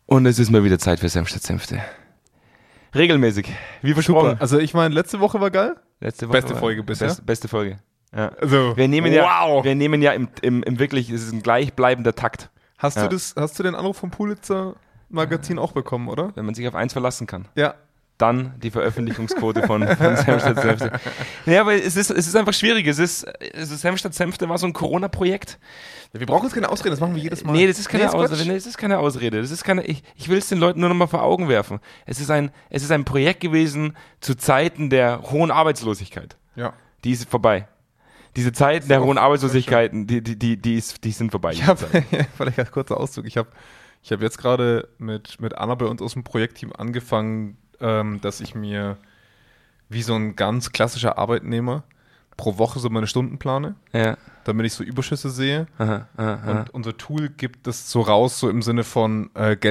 Und es ist mal wieder Zeit für Senf statt Senfte. Regelmäßig, wie versprochen. Super. Also ich meine, letzte Woche war geil. Beste Folge bisher. Beste Folge. Ja. Also, Wir nehmen ja im wirklich, es ist ein gleichbleibender Takt. Hast du den Anruf vom Pulitzer Magazin auch bekommen, oder? Wenn man sich auf eins verlassen kann. Ja. Dann die Veröffentlichungsquote von Senf statt Senfte. Ja, aber es ist einfach schwierig. Senf statt Senfte war so ein Corona-Projekt. Ja, wir brauchen jetzt keine Ausrede, das machen wir jedes Mal. Nee, das ist keine Ausrede. Das ist keine Ausrede. Ich will es den Leuten nur noch mal vor Augen werfen. Es ist ein Projekt gewesen zu Zeiten der hohen Arbeitslosigkeit. Ja. Die ist vorbei. Diese Zeiten der hohen Arbeitslosigkeiten, die sind vorbei. Vielleicht als kurzer Auszug. Ich hab jetzt gerade mit Anna bei uns aus dem Projektteam angefangen, dass ich mir wie so ein ganz klassischer Arbeitnehmer pro Woche so meine Stunden plane, damit ich so Überschüsse sehe. Und unser Tool gibt es so raus, so im Sinne von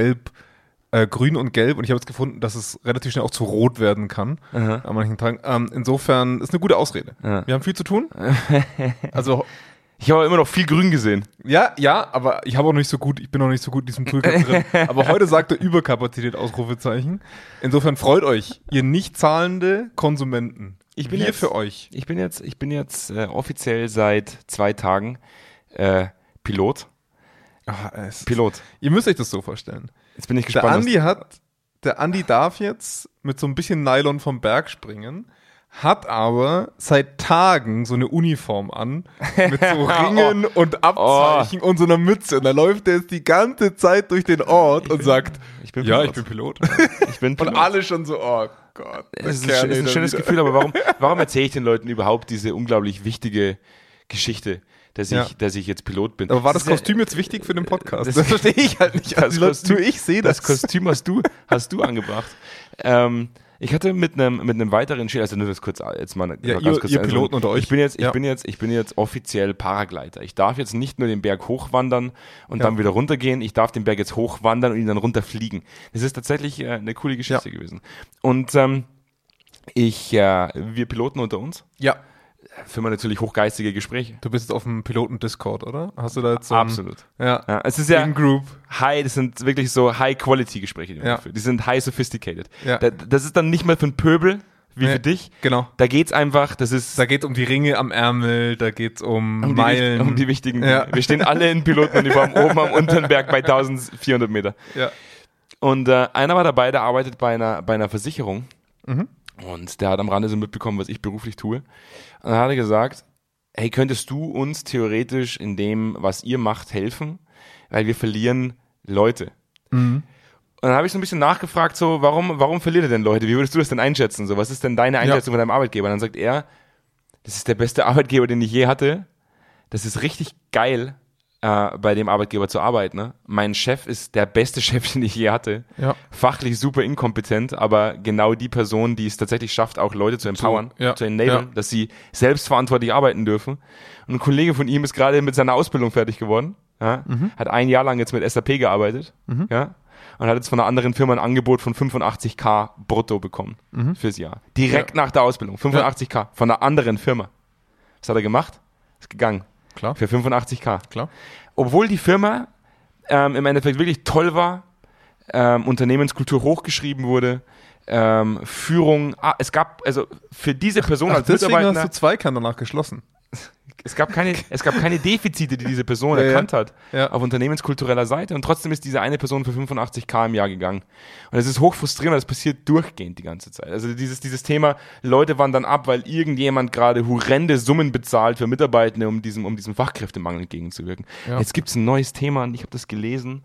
grün und gelb. Und ich habe jetzt gefunden, dass es relativ schnell auch zu rot werden kann an manchen Tagen. Insofern ist eine gute Ausrede. Wir haben viel zu tun. Also ich habe immer noch viel grün gesehen. Ja, aber ich bin noch nicht so gut in diesem Tool drin. Aber heute sagt er Überkapazität, Ausrufezeichen. Insofern freut euch, ihr nicht zahlende Konsumenten. Für euch. Ich bin jetzt offiziell seit 2 Tagen Pilot. Pilot. Ihr müsst euch das so vorstellen. Jetzt bin ich gespannt. Der Andi darf jetzt mit so ein bisschen Nylon vom Berg springen, hat aber seit Tagen so eine Uniform an, mit so Ringen und Abzeichen und so einer Mütze. Und da läuft er jetzt die ganze Zeit durch den Ort und sagt, ich bin Pilot. Ich bin Pilot. Und alle schon so, oh Gott. Es ist ein schönes Gefühl, aber warum erzähle ich den Leuten überhaupt diese unglaublich wichtige Geschichte, dass ich jetzt Pilot bin? Aber war das Kostüm jetzt wichtig für den Podcast? Das verstehe ich halt nicht. Das Kostüm hast du angebracht. Ich hatte mit einem weiteren Schild, also nur das kurz jetzt mal ganz kurz. Ihr Piloten unter euch. Ich bin jetzt offiziell Paragleiter. Ich darf jetzt nicht nur den Berg hochwandern und dann wieder runtergehen. Ich darf den Berg jetzt hochwandern und ihn dann runterfliegen. Das ist tatsächlich eine coole Geschichte gewesen. Und wir Piloten unter uns. Ja. Führen wir natürlich hochgeistige Gespräche. Du bist jetzt auf dem Piloten-Discord, oder? Hast du da jetzt Absolut. Ja. Es ist ja In-Group. Das sind wirklich so High-Quality-Gespräche, die man führt. Die sind high-sophisticated. Ja. Das ist dann nicht mehr für einen Pöbel, wie für dich. Genau. Da geht's einfach, Da geht's um die Ringe am Ärmel, da geht's um Meilen. Um die wichtigen Dinge. Wir stehen alle in Pilotenuniform oben am unteren Berg bei 1400 Meter. Ja. Und einer war dabei, der arbeitet bei einer Versicherung. Mhm. Und der hat am Rande so mitbekommen, was ich beruflich tue. Und dann hat er gesagt, hey, könntest du uns theoretisch in dem, was ihr macht, helfen? Weil wir verlieren Leute. Mhm. Und dann habe ich so ein bisschen nachgefragt, so, warum verliert ihr denn Leute? Wie würdest du das denn einschätzen? So, was ist denn deine Einschätzung von deinem Arbeitgeber? Und dann sagt er, das ist der beste Arbeitgeber, den ich je hatte. Das ist richtig geil, bei dem Arbeitgeber zu arbeiten. Ne? Mein Chef ist der beste Chef, den ich je hatte. Ja. Fachlich super inkompetent, aber genau die Person, die es tatsächlich schafft, auch Leute zu empowern, zu enablen, dass sie selbstverantwortlich arbeiten dürfen. Und ein Kollege von ihm ist gerade mit seiner Ausbildung fertig geworden, hat 1 Jahr lang jetzt mit SAP gearbeitet, und hat jetzt von einer anderen Firma ein Angebot von 85.000 brutto bekommen fürs Jahr. Direkt nach der Ausbildung, 85.000 von einer anderen Firma. Was hat er gemacht? Ist gegangen. Klar. Für 85.000. Klar. Obwohl die Firma im Endeffekt wirklich toll war, Unternehmenskultur hochgeschrieben wurde, Führung, es gab, also für diese Person als deswegen Mitarbeiter... hast du Zweikern danach geschlossen. Es gab keine Defizite, die diese Person erkannt hat auf unternehmenskultureller Seite, und trotzdem ist diese eine Person für 85.000 im Jahr gegangen. Und es ist hochfrustrierend, weil das passiert durchgehend die ganze Zeit. Also dieses Thema, Leute wandern ab, weil irgendjemand gerade horrende Summen bezahlt für Mitarbeitende, um diesem Fachkräftemangel entgegenzuwirken. Ja. Jetzt gibt es ein neues Thema und ich habe das gelesen.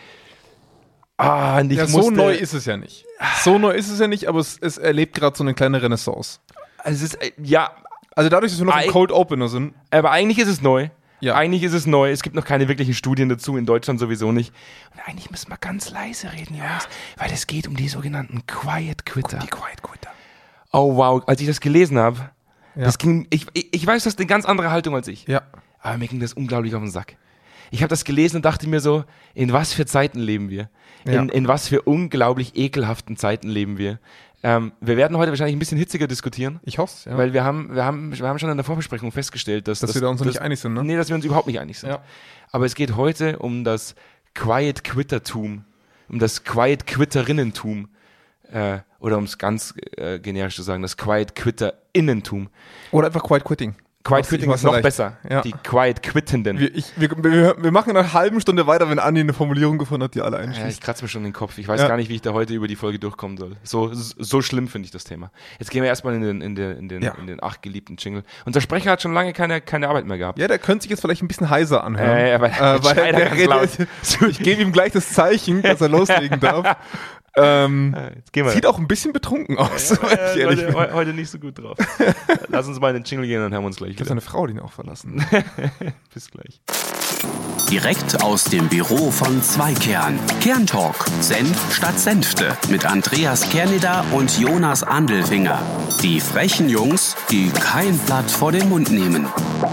So neu ist es ja nicht. Aber es erlebt gerade so eine kleine Renaissance. Also es ist, also dadurch, dass wir noch im Cold Opener sind. Aber eigentlich ist es neu. Ja. Eigentlich ist es neu. Es gibt noch keine wirklichen Studien dazu, in Deutschland sowieso nicht. Und eigentlich müssen wir ganz leise reden, Jungs, weil es geht um die sogenannten Quiet Quitter. Die Quiet Quitter. Oh wow, als ich das gelesen habe, ich weiß, du hast eine ganz andere Haltung als ich. Ja. Aber mir ging das unglaublich auf den Sack. Ich habe das gelesen und dachte mir so, in was für Zeiten leben wir? In was für unglaublich ekelhaften Zeiten leben wir? Wir werden heute wahrscheinlich ein bisschen hitziger diskutieren. Ich hoffe es, ja. Weil wir haben schon in der Vorbesprechung festgestellt, dass wir da uns nicht einig sind, ne? Nee, dass wir uns überhaupt nicht einig sind. Ja. Aber es geht heute um das Quiet Quittertum um das Quiet-Quitterinnentum, oder um es ganz generisch zu sagen, das Quiet-Quitter-Innentum. Oder einfach Quiet Quitting. Quiet Quitting ist noch besser. Ja. Die Quiet Quittenden. Wir machen in einer halben Stunde weiter, wenn Andi eine Formulierung gefunden hat, die alle Ja, einschließt. ich kratze mir schon den Kopf. Ich weiß gar nicht, wie ich da heute über die Folge durchkommen soll. So schlimm finde ich das Thema. Jetzt gehen wir erstmal in den ach geliebten Jingle. Unser Sprecher hat schon lange keine Arbeit mehr gehabt. Ja, der könnte sich jetzt vielleicht ein bisschen heiser anhören. Weil der redet. Ich gebe ihm gleich das Zeichen, dass er loslegen darf. Jetzt gehen wir. Sieht auch ein bisschen betrunken aus, wenn ich ehrlich bin. Heute nicht so gut drauf. Lass uns mal in den Jingle gehen, dann hören wir uns gleich Ich habe wieder. seine Frau, die ihn auch verlassen. Bis gleich. Direkt aus dem Büro von Zweikern. Kerntalk. Senf statt Senfte. Mit Andreas Kerneder und Jonas Andelfinger. Die frechen Jungs, die kein Blatt vor den Mund nehmen.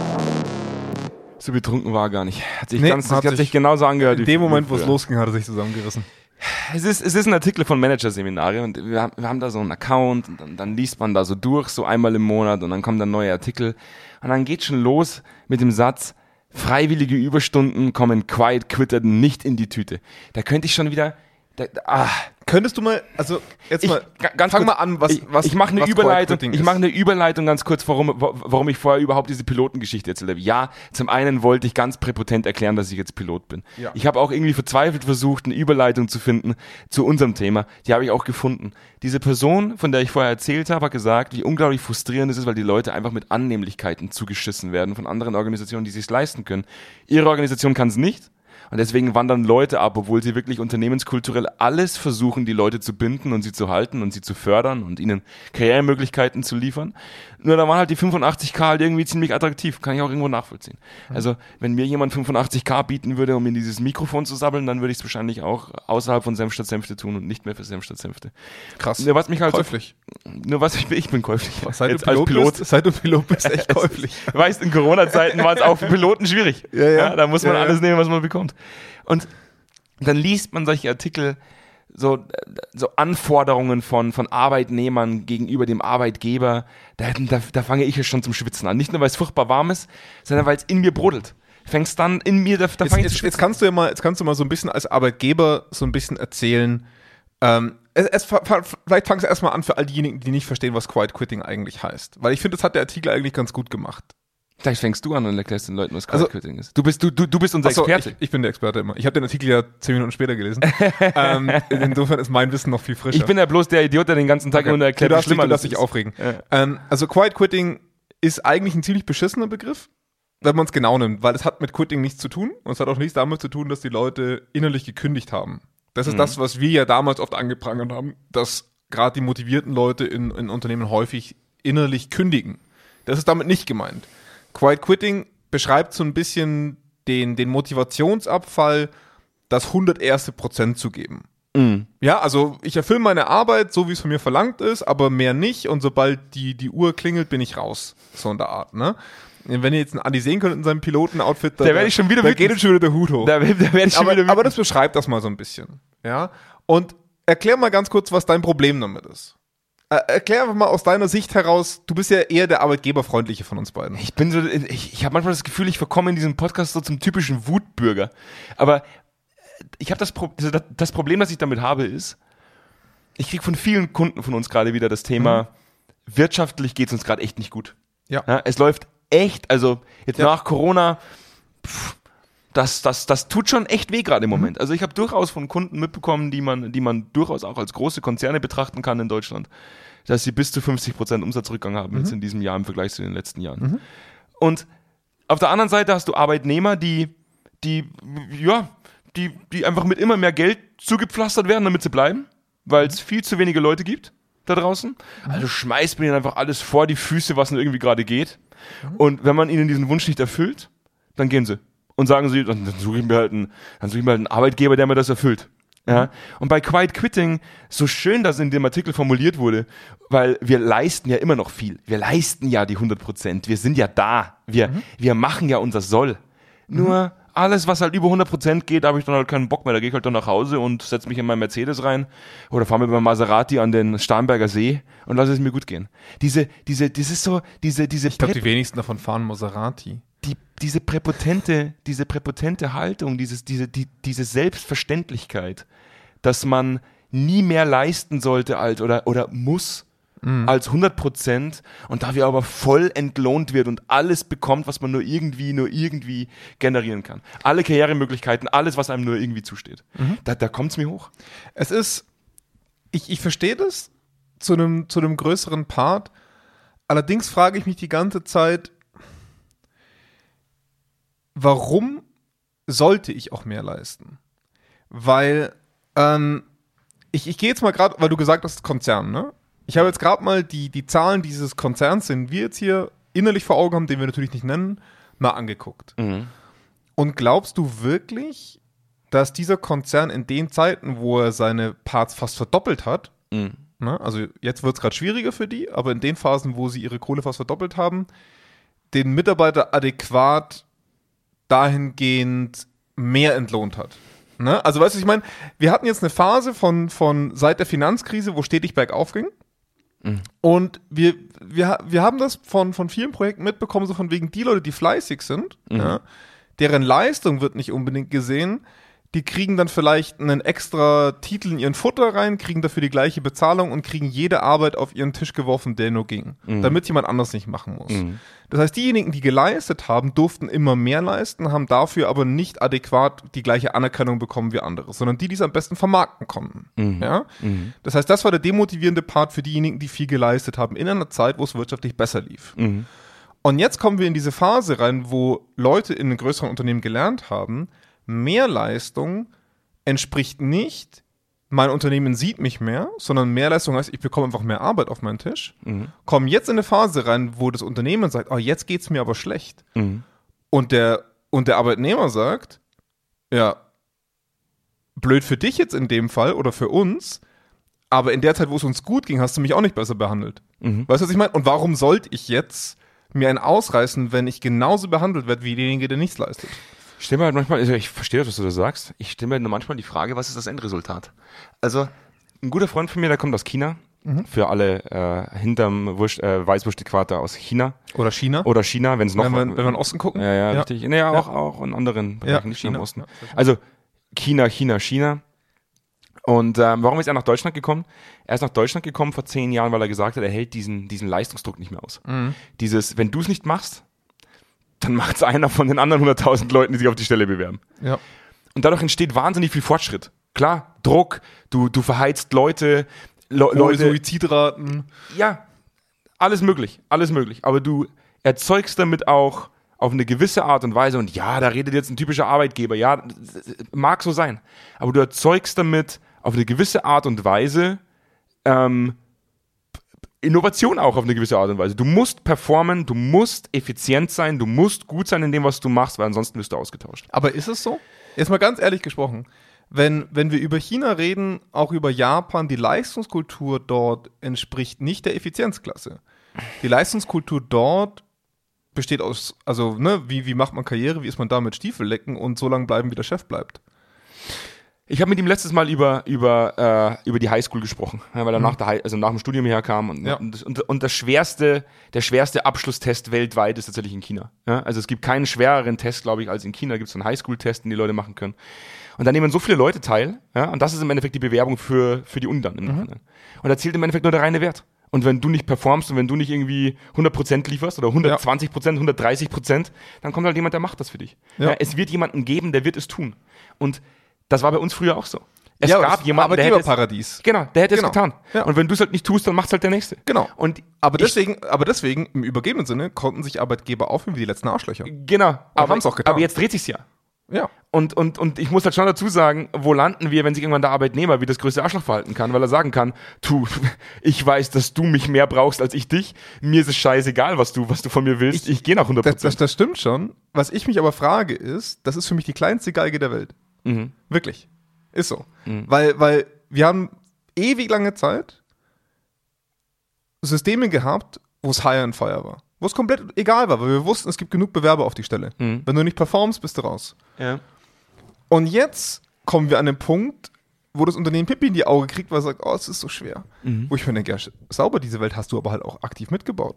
So betrunken war er gar nicht. Hat sich genauso angehört. In dem Moment, wo es losging, hat er sich zusammengerissen. Es ist ein Artikel von Managerseminare und wir haben da so einen Account und dann liest man da so durch, so einmal im Monat und dann kommen dann neue Artikel und dann geht schon los mit dem Satz, freiwillige Überstunden kommen Quiet-Quitterten nicht in die Tüte. Da könnte ich schon wieder... Könntest du mal, also jetzt mal, fang mal an, ich mache eine Überleitung ganz kurz, warum ich vorher überhaupt diese Pilotengeschichte erzählt habe. Ja, zum einen wollte ich ganz präpotent erklären, dass ich jetzt Pilot bin. Ja. Ich habe auch irgendwie verzweifelt versucht, eine Überleitung zu finden zu unserem Thema. Die habe ich auch gefunden. Diese Person, von der ich vorher erzählt habe, hat gesagt, wie unglaublich frustrierend es ist, weil die Leute einfach mit Annehmlichkeiten zugeschissen werden von anderen Organisationen, die es sich leisten können. Ihre Organisation kann es nicht. Und deswegen wandern Leute ab, obwohl sie wirklich unternehmenskulturell alles versuchen, die Leute zu binden und sie zu halten und sie zu fördern und ihnen Karrieremöglichkeiten zu liefern. Nur da waren halt die 85k halt irgendwie ziemlich attraktiv, kann ich auch irgendwo nachvollziehen. Also wenn mir jemand 85k bieten würde, um in dieses Mikrofon zu sabbeln, dann würde ich es wahrscheinlich auch außerhalb von Senf statt Senfte tun und nicht mehr für Senf statt Senfte. Krass. Nur was mich halt käuflich. Ich bin käuflich. Seit du Pilot bist, echt käuflich. Weißt, in Corona-Zeiten war es auch für Piloten schwierig. Ja, da muss man alles nehmen, was man bekommt. Und dann liest man solche Artikel, so Anforderungen von Arbeitnehmern gegenüber dem Arbeitgeber, da fange ich ja schon zum Schwitzen an. Nicht nur, weil es furchtbar warm ist, sondern weil es in mir brodelt. Fängst dann in mir, da fange ich zu schwitzen. Jetzt kannst du mal so ein bisschen als Arbeitgeber so ein bisschen erzählen, vielleicht fangst du erstmal an für all diejenigen, die nicht verstehen, was Quiet Quitting eigentlich heißt. Weil ich finde, das hat der Artikel eigentlich ganz gut gemacht. Vielleicht fängst du an und erklärst den Leuten, was Quiet Quitting ist. Du bist unser Experte. Ich bin der Experte immer. Ich habe den Artikel ja 10 Minuten später gelesen. Insofern ist mein Wissen noch viel frischer. Ich bin ja bloß der Idiot, der den ganzen Tag nur erklärt, wie schlimm alles ist. Du darfst dich aufregen. Ja. Also Quiet Quitting ist eigentlich ein ziemlich beschissener Begriff, wenn man es genau nimmt, weil es hat mit Quitting nichts zu tun und es hat auch nichts damit zu tun, dass die Leute innerlich gekündigt haben. Das ist das, was wir ja damals oft angeprangert haben, dass gerade die motivierten Leute in Unternehmen häufig innerlich kündigen. Das ist damit nicht gemeint. Quiet Quitting beschreibt so ein bisschen den Motivationsabfall, das 101% zu geben. Mhm. Ja, also ich erfülle meine Arbeit, so wie es von mir verlangt ist, aber mehr nicht und sobald die Uhr klingelt, bin ich raus. So in der Art, ne? Wenn ihr jetzt einen Andi sehen könnt in seinem Piloten-Outfit, da geht schon wieder der Hut hoch. Aber das beschreibt das mal so ein bisschen. Ja? Und erklär mal ganz kurz, was dein Problem damit ist. Erklär einfach mal aus deiner Sicht heraus, du bist ja eher der Arbeitgeberfreundliche von uns beiden. Ich habe manchmal das Gefühl, ich verkomme in diesem Podcast so zum typischen Wutbürger. Aber ich habe das Problem, das ich damit habe, ist, ich kriege von vielen Kunden von uns gerade wieder das Thema, wirtschaftlich geht es uns gerade echt nicht gut. Ja, es läuft echt, also jetzt nach Corona, das tut schon echt weh gerade im Moment. Also ich habe durchaus von Kunden mitbekommen, die man durchaus auch als große Konzerne betrachten kann in Deutschland, dass sie bis zu 50% Umsatzrückgang haben jetzt in diesem Jahr im Vergleich zu den letzten Jahren. Und auf der anderen Seite hast du Arbeitnehmer, die einfach mit immer mehr Geld zugepflastert werden, damit sie bleiben, weil es viel zu wenige Leute gibt da draußen. Also schmeißt man ihnen einfach alles vor die Füße, was nur irgendwie gerade geht. Und wenn man ihnen diesen Wunsch nicht erfüllt, dann gehen sie. Und sagen sie, dann suche ich mir halt einen Arbeitgeber, der mir das erfüllt. Ja? Und bei Quiet Quitting, so schön das in dem Artikel formuliert wurde, weil wir leisten ja immer noch viel. Wir leisten ja die 100%. Wir sind ja da. Wir machen ja unser Soll. Nur alles, was halt über 100% geht, da habe ich dann halt keinen Bock mehr. Da gehe ich halt dann nach Hause und setze mich in meinen Mercedes rein oder fahre mit meinem Maserati an den Starnberger See und lasse es mir gut gehen. Ich glaube, die wenigsten davon fahren Maserati. Diese präpotente Haltung, diese Selbstverständlichkeit, dass man nie mehr leisten sollte oder muss als 100% und dafür aber voll entlohnt wird und alles bekommt, was man nur irgendwie generieren kann. Alle Karrieremöglichkeiten, alles, was einem nur irgendwie zusteht. Da kommt es mir hoch. Es ist, ich verstehe das zu einem größeren Part, allerdings frage ich mich die ganze Zeit, warum sollte ich auch mehr leisten? Weil, ich gehe jetzt mal gerade, weil du gesagt hast, Konzern, ne? Ich habe jetzt gerade mal die Zahlen dieses Konzerns, den wir jetzt hier innerlich vor Augen haben, den wir natürlich nicht nennen, mal angeguckt. Und glaubst du wirklich, dass dieser Konzern in den Zeiten, wo er seine Parts fast verdoppelt hat, ne, also jetzt wird es gerade schwieriger für die, aber in den Phasen, wo sie ihre Kohle fast verdoppelt haben, den Mitarbeiter adäquat dahingehend mehr entlohnt hat? Ne? Also weißt du, ich meine, wir hatten jetzt eine Phase von seit der Finanzkrise, wo stetig bergauf ging. Und wir haben das von vielen Projekten mitbekommen, so von wegen die Leute, die fleißig sind, ja, deren Leistung wird nicht unbedingt gesehen, die kriegen dann vielleicht einen extra Titel in ihren Futter rein, kriegen dafür die gleiche Bezahlung und kriegen jede Arbeit auf ihren Tisch geworfen, der nur ging, damit jemand anders nicht machen muss. Das heißt, diejenigen, die geleistet haben, durften immer mehr leisten, haben dafür aber nicht adäquat die gleiche Anerkennung bekommen wie andere, sondern die es am besten vermarkten konnten. Ja? Das heißt, das war der demotivierende Part für diejenigen, die viel geleistet haben, in einer Zeit, wo es wirtschaftlich besser lief. Und jetzt kommen wir in diese Phase rein, wo Leute in den größeren Unternehmen gelernt haben, mehr Leistung entspricht nicht, mein Unternehmen sieht mich mehr, sondern mehr Leistung heißt, ich bekomme einfach mehr Arbeit auf meinen Tisch, kommen jetzt in eine Phase rein, wo das Unternehmen sagt, oh, jetzt geht's mir aber schlecht. Und der Arbeitnehmer sagt, ja, blöd für dich jetzt in dem Fall oder für uns, aber in der Zeit, wo es uns gut ging, hast du mich auch nicht besser behandelt. Weißt du, was ich meine? Und warum sollte ich jetzt mir einen ausreißen, wenn ich genauso behandelt werde wie derjenige, der nichts leistet? Ich stelle mir halt manchmal, also ich verstehe das, was du da sagst, ich stelle mir nur manchmal die Frage, was ist das Endresultat? Also, ein guter Freund von mir, der kommt aus China, für alle hinterm Weißwurst-Äquator aus China. Oder China, wenn es noch... Wenn wir in den Osten gucken. Ja, richtig. Naja, auch in anderen Bereichen, nicht China, im Osten. Ja, also, China. Und warum ist er nach Deutschland gekommen? Er ist nach Deutschland gekommen vor 10 Jahren, weil er gesagt hat, er hält diesen Leistungsdruck nicht mehr aus. Dieses, wenn du es nicht machst, dann macht es einer von den anderen 100.000 Leuten, die sich auf die Stelle bewerben. Ja. Und dadurch entsteht wahnsinnig viel Fortschritt. Klar, Druck, du verheizt Leute, Leute, Suizidraten. Ja, alles möglich. Aber du erzeugst damit auch auf eine gewisse Art und Weise, und ja, da redet jetzt ein typischer Arbeitgeber, ja, mag so sein, aber du erzeugst damit auf eine gewisse Art und Weise Innovation auch auf eine gewisse Art und Weise. Du musst performen, du musst effizient sein, du musst gut sein in dem, was du machst, weil ansonsten wirst du ausgetauscht. Aber ist es so? Jetzt mal ganz ehrlich gesprochen, wenn wir über China reden, auch über Japan, die Leistungskultur dort entspricht nicht der Effizienzklasse. Die Leistungskultur dort besteht aus, also ne, wie macht man Karriere, wie ist man da mit Stiefellecken und so lange bleiben, wie der Chef bleibt. Ich habe mit ihm letztes Mal über die Highschool gesprochen, ja, weil er nach dem Studium hierher kam und der schwerste Abschlusstest weltweit ist tatsächlich in China. Ja? Also es gibt keinen schwereren Test, glaube ich, als in China. Gibt es einen Highschool-Test, den die Leute machen können. Und da nehmen so viele Leute teil, ja? Und das ist im Endeffekt die Bewerbung für die Uni dann im Nachhinein. Und da zählt im Endeffekt nur der reine Wert. Und wenn du nicht performst und wenn du nicht irgendwie 100% lieferst oder 120%, 130%, dann kommt halt jemand, der macht das für dich. Ja. Ja, es wird jemanden geben, der wird es tun. Und das war bei uns früher auch so. Es gab jemanden, der hätte es, der hätte es getan. Ja. Und wenn du es halt nicht tust, dann macht es halt der Nächste. Genau. Aber deswegen, im übergebenen Sinne, konnten sich Arbeitgeber aufhören wie die letzten Arschlöcher. Genau. Aber haben es auch getan. Aber jetzt dreht sich's ja. Ja. Und ich muss halt schon dazu sagen, wo landen wir, wenn sich irgendwann der Arbeitnehmer wie das größte Arschloch verhalten kann, weil er sagen kann, ich weiß, dass du mich mehr brauchst als ich dich, mir ist es scheißegal, was du von mir willst, ich gehe nach 100%. Das stimmt schon. Was ich mich aber frage ist, das ist für mich die kleinste Geige der Welt. Wirklich. Ist so. Weil wir haben ewig lange Zeit Systeme gehabt, wo es Hire and Fire war. Wo es komplett egal war, weil wir wussten, es gibt genug Bewerber auf die Stelle. Wenn du nicht performst, bist du raus. Ja. Und jetzt kommen wir an den Punkt, wo das Unternehmen Pipi in die Augen kriegt, weil es sagt, oh, es ist so schwer. Wo ich mir denke, ja, sauber, diese Welt hast du aber halt auch aktiv mitgebaut.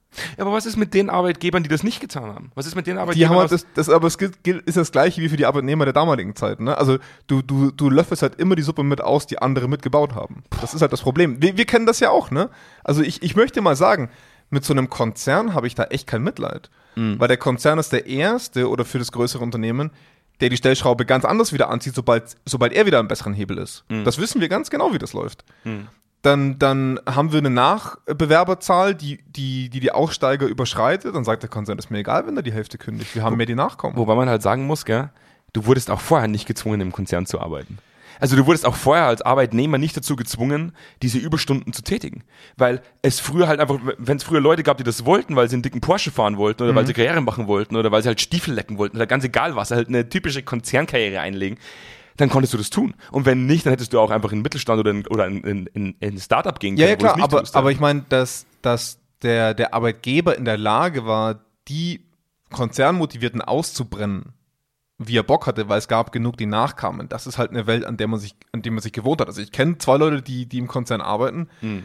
Ja, aber was ist mit den Arbeitgebern, die das nicht getan haben? Was ist mit den Die Arbeitgebern? haben halt aber es ist das Gleiche wie für die Arbeitnehmer der damaligen Zeit. Ne? Also du löffelst halt immer die Suppe mit aus, die andere mitgebaut haben. Das ist halt das Problem. Wir kennen das ja auch, ne? Also ich möchte mal sagen, mit so einem Konzern habe ich da echt kein Mitleid. Weil der Konzern ist der erste oder für das größere Unternehmen, der die Stellschraube ganz anders wieder anzieht, sobald er wieder einen besseren Hebel ist. Das wissen wir ganz genau, wie das läuft. Dann haben wir eine Nachbewerberzahl, die Aussteiger überschreitet. Dann sagt der Konzern, ist mir egal, wenn da die Hälfte kündigt. Wir haben mehr, die nachkommen. Wobei man halt sagen muss, gell, du wurdest auch vorher nicht gezwungen, im Konzern zu arbeiten. Also du wurdest auch vorher als Arbeitnehmer nicht dazu gezwungen, diese Überstunden zu tätigen. Weil es früher halt einfach, wenn es früher Leute gab, die das wollten, weil sie einen dicken Porsche fahren wollten oder weil sie Karriere machen wollten oder weil sie halt Stiefel lecken wollten oder ganz egal was, halt eine typische Konzernkarriere einlegen, dann konntest du das tun. Und wenn nicht, dann hättest du auch einfach in den Mittelstand oder in ein Startup gehen können. Ja, klar, aber ich meine, dass der Arbeitgeber in der Lage war, die Konzernmotivierten auszubrennen, wie er Bock hatte, weil es gab genug, die nachkamen. Das ist halt eine Welt, an der man sich gewohnt hat. Also ich kenne 2 Leute, die im Konzern arbeiten.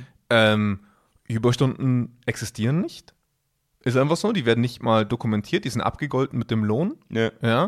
Überstunden existieren nicht. Ist einfach so, die werden nicht mal dokumentiert, die sind abgegolten mit dem Lohn. Ja.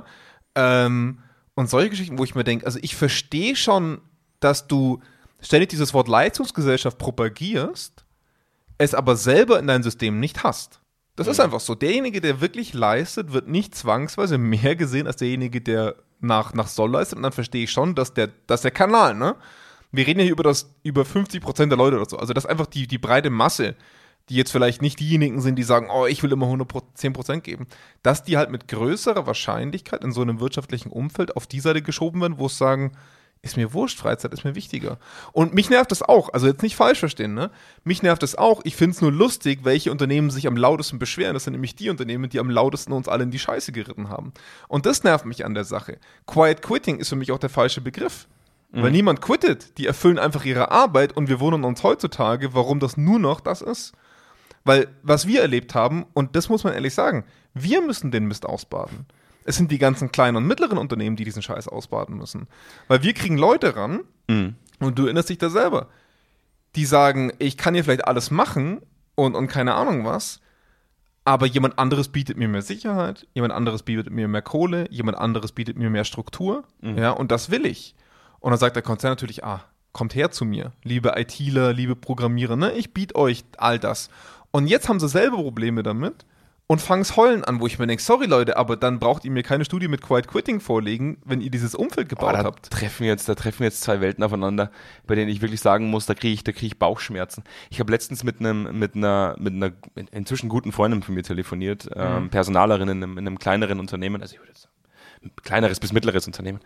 Und solche Geschichten, wo ich mir denke, also ich verstehe schon, dass du ständig dieses Wort Leistungsgesellschaft propagierst, es aber selber in deinem System nicht hast. Das ist einfach so. Derjenige, der wirklich leistet, wird nicht zwangsweise mehr gesehen als derjenige, der nach Soll leistet. Und dann verstehe ich schon, dass der Kanal, ne? Wir reden ja hier über 50% der Leute oder so. Also das ist einfach die breite Masse, die jetzt vielleicht nicht diejenigen sind, die sagen, oh, ich will immer 110% geben. Dass die halt mit größerer Wahrscheinlichkeit in so einem wirtschaftlichen Umfeld auf die Seite geschoben werden, wo es sagen, ist mir wurscht, Freizeit ist mir wichtiger. Und mich nervt das auch, also jetzt nicht falsch verstehen, ne? Mich nervt das auch, ich finde es nur lustig, welche Unternehmen sich am lautesten beschweren. Das sind nämlich die Unternehmen, die am lautesten uns alle in die Scheiße geritten haben. Und das nervt mich an der Sache. Quiet Quitting ist für mich auch der falsche Begriff. Weil niemand quittet, die erfüllen einfach ihre Arbeit und wir wundern uns heutzutage, warum das nur noch das ist. Weil was wir erlebt haben, und das muss man ehrlich sagen, wir müssen den Mist ausbaden. Es sind die ganzen kleinen und mittleren Unternehmen, die diesen Scheiß ausbaden müssen. Weil wir kriegen Leute ran, und du erinnerst dich da selber, die sagen, ich kann hier vielleicht alles machen und keine Ahnung was, aber jemand anderes bietet mir mehr Sicherheit, jemand anderes bietet mir mehr Kohle, jemand anderes bietet mir mehr Struktur, ja, und das will ich. Und dann sagt der Konzern natürlich, kommt her zu mir, liebe ITler, liebe Programmierer, ne, ich biete euch all das. Und jetzt haben sie selber Probleme damit und fangen es heulen an, wo ich mir denke, sorry Leute, aber dann braucht ihr mir keine Studie mit Quiet Quitting vorlegen, wenn ihr dieses Umfeld gebaut habt. Da treffen jetzt 2 Welten aufeinander, bei denen ich wirklich sagen muss, da kriege ich Bauchschmerzen. Ich habe letztens mit einer inzwischen guten Freundin von mir telefoniert, Personalerin in einem kleineren Unternehmen, also ich würde sagen, kleineres bis mittleres Unternehmen.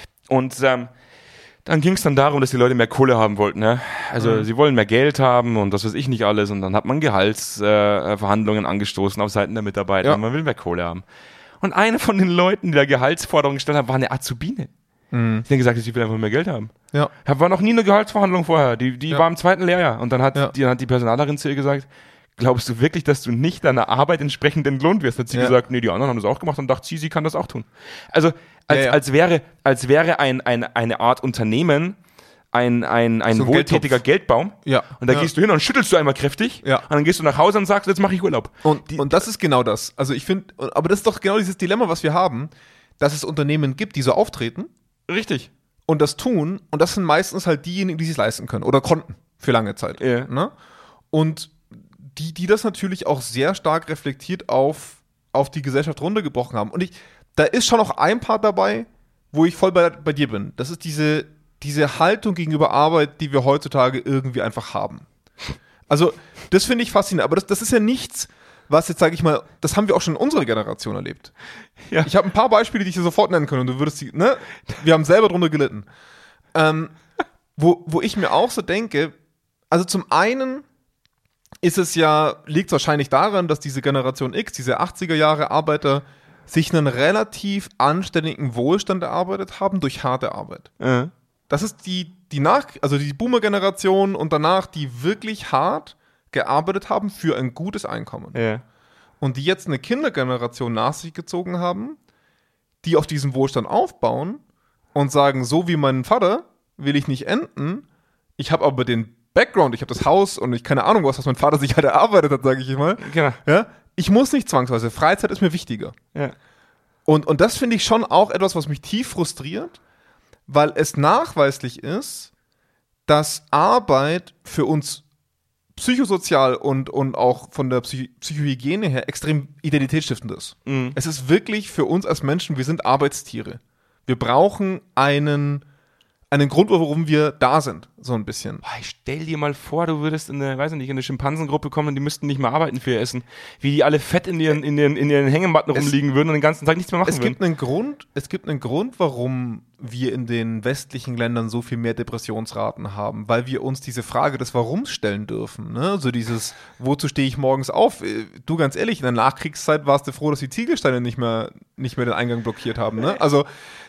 Und dann ging es dann darum, dass die Leute mehr Kohle haben wollten. Ne? Also sie wollen mehr Geld haben und das weiß ich nicht alles. Und dann hat man Gehaltsverhandlungen angestoßen auf Seiten der Mitarbeiter. Ja. Und man will mehr Kohle haben. Und eine von den Leuten, die da Gehaltsforderungen gestellt haben, war eine Azubine. Die haben gesagt, sie will einfach mehr Geld haben. Ja. War noch nie eine Gehaltsverhandlung vorher. Die war im 2. Lehrjahr. Und dann hat die Personalerin zu ihr gesagt, glaubst du wirklich, dass du nicht deiner Arbeit entsprechend entlohnt wirst? Hat sie gesagt, nee, die anderen haben das auch gemacht und dachte sie kann das auch tun. Also als wäre eine Art Unternehmen ein so wohltätiger Geldbaum. Ja. Und da gehst du hin und schüttelst du einmal kräftig. Ja. Und dann gehst du nach Hause und sagst, jetzt mache ich Urlaub. Und das ist genau das. Also ich finde, aber das ist doch genau dieses Dilemma, was wir haben, dass es Unternehmen gibt, die so auftreten. Richtig. Und das tun. Und das sind meistens halt diejenigen, die sich leisten können oder konnten für lange Zeit. Ja. Ne? Und die das natürlich auch sehr stark reflektiert auf die Gesellschaft runtergebrochen haben. Und da ist schon noch ein Part dabei, wo ich voll bei dir bin. Das ist diese Haltung gegenüber Arbeit, die wir heutzutage irgendwie einfach haben. Also, das finde ich faszinierend. Aber das ist ja nichts, was jetzt, sage ich mal, das haben wir auch schon in unserer Generation erlebt. Ja. Ich habe ein paar Beispiele, die ich dir sofort nennen kann und du würdest ne? Wir haben selber drunter gelitten. Wo ich mir auch so denke, also zum einen liegt es wahrscheinlich daran, dass diese Generation X, diese 80er Jahre Arbeiter, sich einen relativ anständigen Wohlstand erarbeitet haben durch harte Arbeit. Mhm. Das ist die Boomer-Generation und danach, die wirklich hart gearbeitet haben für ein gutes Einkommen. Ja. Und die jetzt eine Kindergeneration nach sich gezogen haben, die auf diesem Wohlstand aufbauen und sagen, so wie mein Vater will ich nicht enden, ich habe aber den Background, ich habe das Haus und ich keine Ahnung was mein Vater sich halt erarbeitet hat, sage ich mal. Genau. Ja? Ich muss nicht zwangsweise, Freizeit ist mir wichtiger. Ja. Und das finde ich schon auch etwas, was mich tief frustriert, weil es nachweislich ist, dass Arbeit für uns psychosozial und auch von der Psychohygiene her extrem identitätsstiftend ist. Mhm. Es ist wirklich für uns als Menschen, wir sind Arbeitstiere. Wir brauchen einen Grund, warum wir da sind, so ein bisschen. Boah, ich stell dir mal vor, du würdest in eine Schimpansengruppe kommen und die müssten nicht mehr arbeiten für ihr Essen. Wie die alle fett in ihren Hängematten rumliegen würden und den ganzen Tag nichts mehr machen würden. Es gibt einen Grund, warum wir in den westlichen Ländern so viel mehr Depressionsraten haben, weil wir uns diese Frage des Warums stellen dürfen. Ne? So dieses, wozu stehe ich morgens auf? Du, ganz ehrlich, in der Nachkriegszeit warst du froh, dass die Ziegelsteine nicht mehr den Eingang blockiert haben. Ne? Also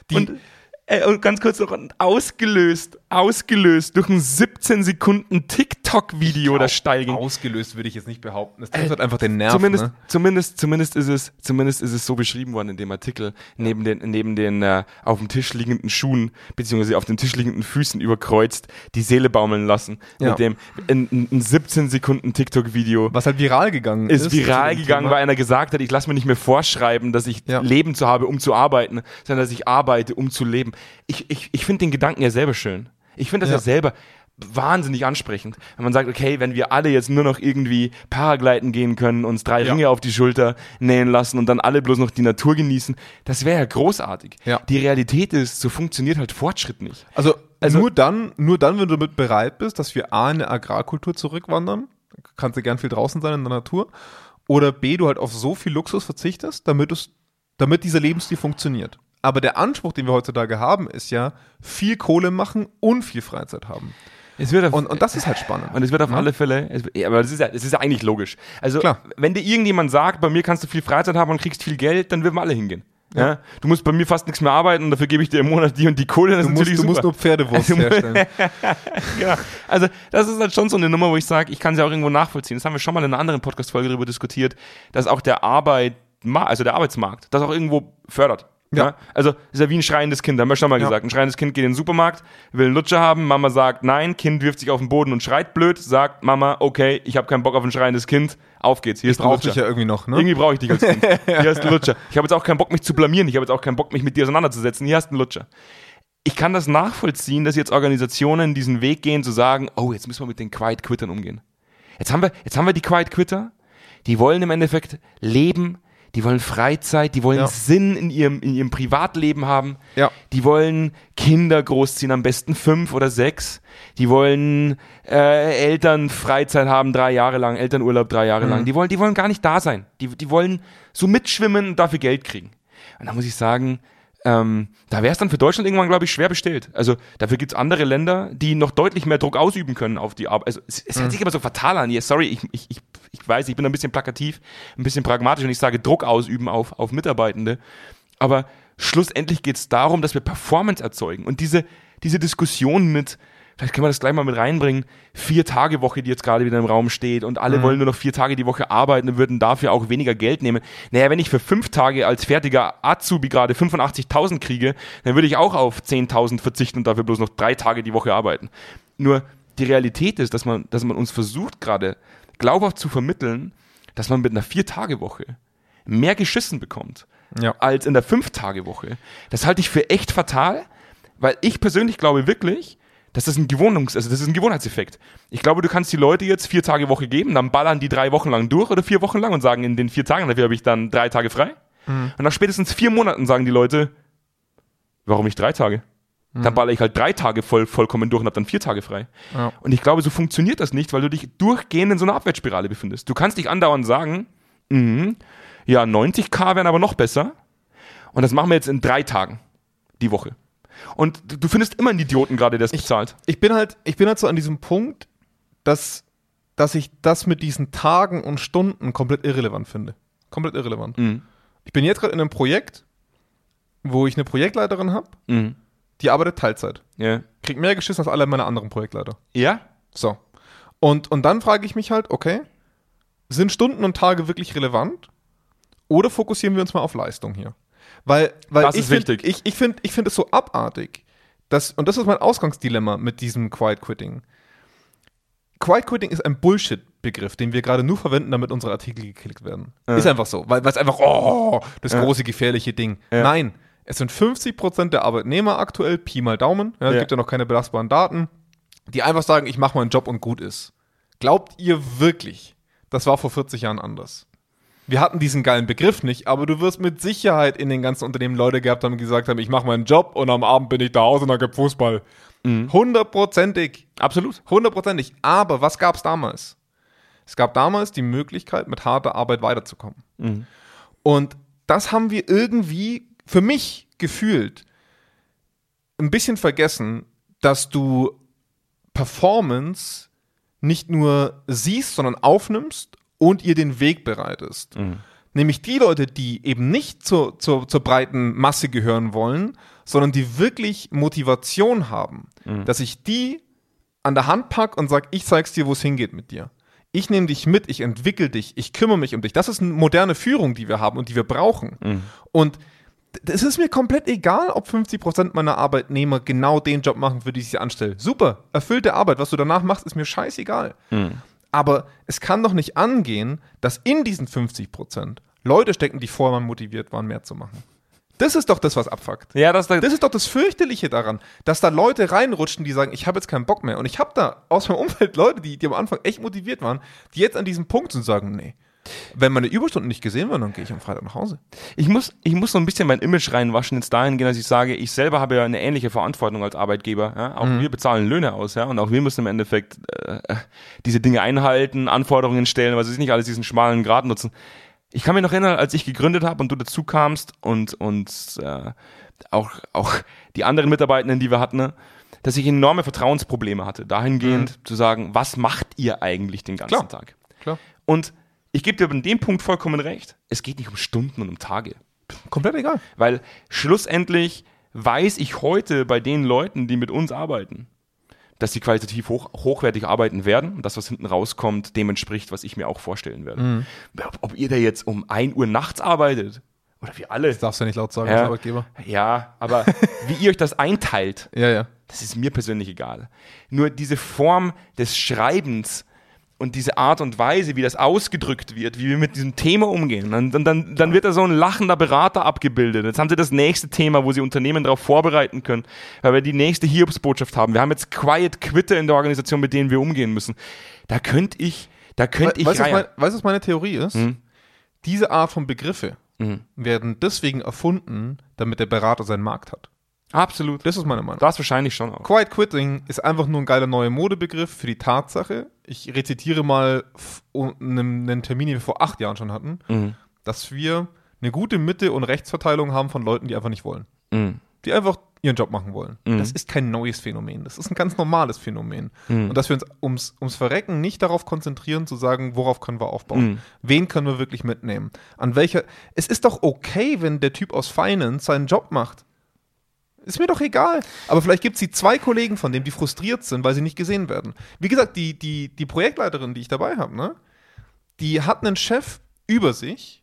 Und ganz kurz noch, ausgelöst durch ein 17 Sekunden TikTok-Video, das steil ging. Ausgelöst würde ich jetzt nicht behaupten. Das trifft halt einfach den Nerv. Zumindest ist es so beschrieben worden in dem Artikel, neben den auf dem Tisch liegenden Schuhen, beziehungsweise auf den Tisch liegenden Füßen überkreuzt, die Seele baumeln lassen. Ja. Mit dem ein 17 Sekunden TikTok-Video. Was halt viral gegangen ist viral gegangen, weil einer gesagt hat, ich lasse mir nicht mehr vorschreiben, dass ich Leben zu habe, um zu arbeiten, sondern dass ich arbeite, um zu leben. Ich finde den Gedanken ja selber schön. Ich finde das ja selber wahnsinnig ansprechend. Wenn man sagt, okay, wenn wir alle jetzt nur noch irgendwie Paragliden gehen können, uns 3 Ringe auf die Schulter nähen lassen und dann alle bloß noch die Natur genießen, das wäre ja großartig. Ja. Die Realität ist, so funktioniert halt Fortschritt nicht. Also nur dann, wenn du damit bereit bist, dass wir A, in eine Agrarkultur zurückwandern, kannst du gern viel draußen sein in der Natur, oder B, du halt auf so viel Luxus verzichtest, damit dieser Lebensstil funktioniert. Aber der Anspruch, den wir heutzutage haben, ist ja viel Kohle machen und viel Freizeit haben. Und das ist halt spannend. Und es wird auf alle Fälle, aber das ist ja eigentlich logisch. Also, wenn dir irgendjemand sagt, bei mir kannst du viel Freizeit haben und kriegst viel Geld, dann würden wir alle hingehen. Ja? Du musst bei mir fast nichts mehr arbeiten und dafür gebe ich dir im Monat die und die Kohle. Das du musst nur Pferdewurst herstellen. Ja, also das ist halt schon so eine Nummer, wo ich sage, ich kann sie auch irgendwo nachvollziehen. Das haben wir schon mal in einer anderen Podcast-Folge darüber diskutiert, dass auch der Arbeitsmarkt das auch irgendwo fördert. Ja. Also ist ja wie ein schreiendes Kind, haben wir schon mal gesagt. Ein schreiendes Kind geht in den Supermarkt, will einen Lutscher haben, Mama sagt nein, Kind wirft sich auf den Boden und schreit blöd, sagt Mama, okay, ich habe keinen Bock auf ein schreiendes Kind, auf geht's, hier ist der Lutscher. Ich brauche dich ja irgendwie noch, ne? Irgendwie brauche ich dich als Kind. Hier ist der Lutscher. Ich habe jetzt auch keinen Bock, mich zu blamieren, ich habe jetzt auch keinen Bock, mich mit dir auseinanderzusetzen, hier hast du einen Lutscher. Ich kann das nachvollziehen, dass jetzt Organisationen diesen Weg gehen, zu sagen, oh, jetzt müssen wir mit den Quiet Quittern umgehen. Jetzt haben wir die Quiet Quitter, die wollen im Endeffekt leben, die wollen Freizeit, die wollen Sinn in ihrem Privatleben haben, die wollen Kinder großziehen, am besten 5 oder 6, die wollen Elternfreizeit haben 3 Jahre lang, Elternurlaub 3 Jahre lang, die wollen gar nicht da sein, die wollen so mitschwimmen und dafür Geld kriegen. Und da muss ich sagen, da wäre es dann für Deutschland irgendwann, glaube ich, schwer bestellt. Also dafür gibt es andere Länder, die noch deutlich mehr Druck ausüben können auf die Arbeit. Also es hört sich immer so fatal an. Yeah, sorry, ich weiß, ich bin ein bisschen plakativ, ein bisschen pragmatisch und ich sage Druck ausüben auf Mitarbeitende. Aber schlussendlich geht es darum, dass wir Performance erzeugen. Und diese Diskussion mit, vielleicht können wir das gleich mal mit reinbringen, 4-Tage-Woche, die jetzt gerade wieder im Raum steht und alle wollen nur noch 4 Tage die Woche arbeiten und würden dafür auch weniger Geld nehmen. Naja, wenn ich für 5 Tage als fertiger Azubi gerade 85.000 kriege, dann würde ich auch auf 10.000 verzichten und dafür bloß noch 3 Tage die Woche arbeiten. Nur die Realität ist, dass man uns versucht gerade glaubhaft zu vermitteln, dass man mit einer 4-Tage-Woche mehr geschissen bekommt als in der 5-Tage-Woche. Das halte ich für echt fatal, weil ich persönlich glaube wirklich, das ist ein Gewohnheitseffekt. Ich glaube, du kannst die Leute jetzt 4 Tage Woche geben, dann ballern die 3 Wochen lang durch oder 4 Wochen lang und sagen, in den 4 Tagen dafür habe ich dann 3 Tage frei. Und nach spätestens 4 Monaten sagen die Leute, warum nicht 3 Tage? Dann baller ich halt 3 Tage vollkommen durch und habe dann 4 Tage frei. Ja. Und ich glaube, so funktioniert das nicht, weil du dich durchgehend in so einer Abwärtsspirale befindest. Du kannst dich andauernd sagen, 90k wären aber noch besser und das machen wir jetzt in 3 Tagen die Woche. Und du findest immer einen Idioten gerade, der es bezahlt. Ich bin halt so an diesem Punkt, dass ich das mit diesen Tagen und Stunden komplett irrelevant finde. Komplett irrelevant. Ich bin jetzt gerade in einem Projekt, wo ich eine Projektleiterin habe, die arbeitet Teilzeit. Kriegt mehr geschissen als alle meine anderen Projektleiter. Ja? So. Und dann frage ich mich halt, okay, sind Stunden und Tage wirklich relevant? Oder fokussieren wir uns mal auf Leistung hier? Weil das ist wichtig. Ich finde es so abartig, und das ist mein Ausgangsdilemma mit diesem Quiet Quitting. Quiet Quitting ist ein Bullshit-Begriff, den wir gerade nur verwenden, damit unsere Artikel geklickt werden. Ist einfach so, weil es einfach, das große, gefährliche Ding. Nein, es sind 50% der Arbeitnehmer aktuell, Pi mal Daumen, es gibt ja noch keine belastbaren Daten, die einfach sagen, ich mache meinen Job und gut ist. Glaubt ihr wirklich, das war vor 40 Jahren anders? Wir hatten diesen geilen Begriff nicht, aber du wirst mit Sicherheit in den ganzen Unternehmen Leute gehabt haben, die gesagt haben, ich mache meinen Job und am Abend bin ich zu Hause und dann gibt Fußball. 100%ig. Absolut. 100%ig. Aber was gab es damals? Es gab damals die Möglichkeit, mit harter Arbeit weiterzukommen. Und das haben wir irgendwie, für mich gefühlt, ein bisschen vergessen, dass du Performance nicht nur siehst, sondern aufnimmst und ihr den Weg bereitest. Nämlich die Leute, die eben nicht zur breiten Masse gehören wollen, sondern die wirklich Motivation haben, dass ich die an der Hand packe und sage, ich zeig's dir, wo es hingeht mit dir. Ich nehme dich mit, ich entwickle dich, ich kümmere mich um dich. Das ist eine moderne Führung, die wir haben und die wir brauchen. Und es ist mir komplett egal, ob 50% meiner Arbeitnehmer genau den Job machen, für den ich sie anstelle. Super, erfüllte Arbeit. Was du danach machst, ist mir scheißegal. Aber es kann doch nicht angehen, dass in diesen 50% Leute stecken, die vorher mal motiviert waren, mehr zu machen. Das ist doch das, was abfuckt. Ja, das ist doch das Fürchterliche daran, dass da Leute reinrutschen, die sagen, ich habe jetzt keinen Bock mehr. Und ich habe da aus meinem Umfeld Leute, die am Anfang echt motiviert waren, die jetzt an diesem Punkt sind und sagen, nee, wenn meine Überstunden nicht gesehen werden, dann gehe ich am Freitag nach Hause. Ich muss so ein bisschen mein Image reinwaschen, jetzt dahingehend, dass ich sage, ich selber habe ja eine ähnliche Verantwortung als Arbeitgeber. Ja? Auch wir bezahlen Löhne aus, ja, und auch wir müssen im Endeffekt diese Dinge einhalten, Anforderungen stellen, was ist nicht alles diesen schmalen Grat nutzen. Ich kann mich noch erinnern, als ich gegründet habe und du dazu kamst und auch die anderen Mitarbeitenden, die wir hatten, ne, dass ich enorme Vertrauensprobleme hatte, dahingehend zu sagen, was macht ihr eigentlich den ganzen Tag? Klar. Und ich gebe dir an dem Punkt vollkommen recht. Es geht nicht um Stunden und um Tage. Komplett egal. Weil schlussendlich weiß ich heute bei den Leuten, die mit uns arbeiten, dass sie qualitativ hochwertig arbeiten werden und das, was hinten rauskommt, dem entspricht, was ich mir auch vorstellen werde. Ob ihr da jetzt um 1 Uhr nachts arbeitet oder wir alle. Das darfst du ja nicht laut sagen als Arbeitgeber. Ja, aber wie ihr euch das einteilt, Ja. das ist mir persönlich egal. Nur diese Form des Schreibens und diese Art und Weise, wie das ausgedrückt wird, wie wir mit diesem Thema umgehen, dann wird da so ein lachender Berater abgebildet. Jetzt haben sie das nächste Thema, wo sie Unternehmen darauf vorbereiten können, weil wir die nächste Hiobsbotschaft haben. Wir haben jetzt Quiet Quitter in der Organisation, mit denen wir umgehen müssen. Da könnte ich Weißt du, was meine Theorie ist? Diese Art von Begriffe werden deswegen erfunden, damit der Berater seinen Markt hat. Absolut. Das ist meine Meinung. Das wahrscheinlich schon auch. Quiet Quitting ist einfach nur ein geiler neuer Modebegriff für die Tatsache, ich rezitiere mal einen Termin, den wir vor 8 Jahren schon hatten, dass wir eine gute Mitte- und Rechtsverteilung haben von Leuten, die einfach nicht wollen. Die einfach ihren Job machen wollen. Das ist kein neues Phänomen. Das ist ein ganz normales Phänomen. Und dass wir uns ums Verrecken nicht darauf konzentrieren, zu sagen, worauf können wir aufbauen? Wen können wir wirklich mitnehmen? Es ist doch okay, wenn der Typ aus Finance seinen Job macht. Ist mir doch egal. Aber vielleicht gibt es die 2 Kollegen von dem, die frustriert sind, weil sie nicht gesehen werden. Wie gesagt, die Projektleiterin, die ich dabei habe, ne, die hat einen Chef über sich,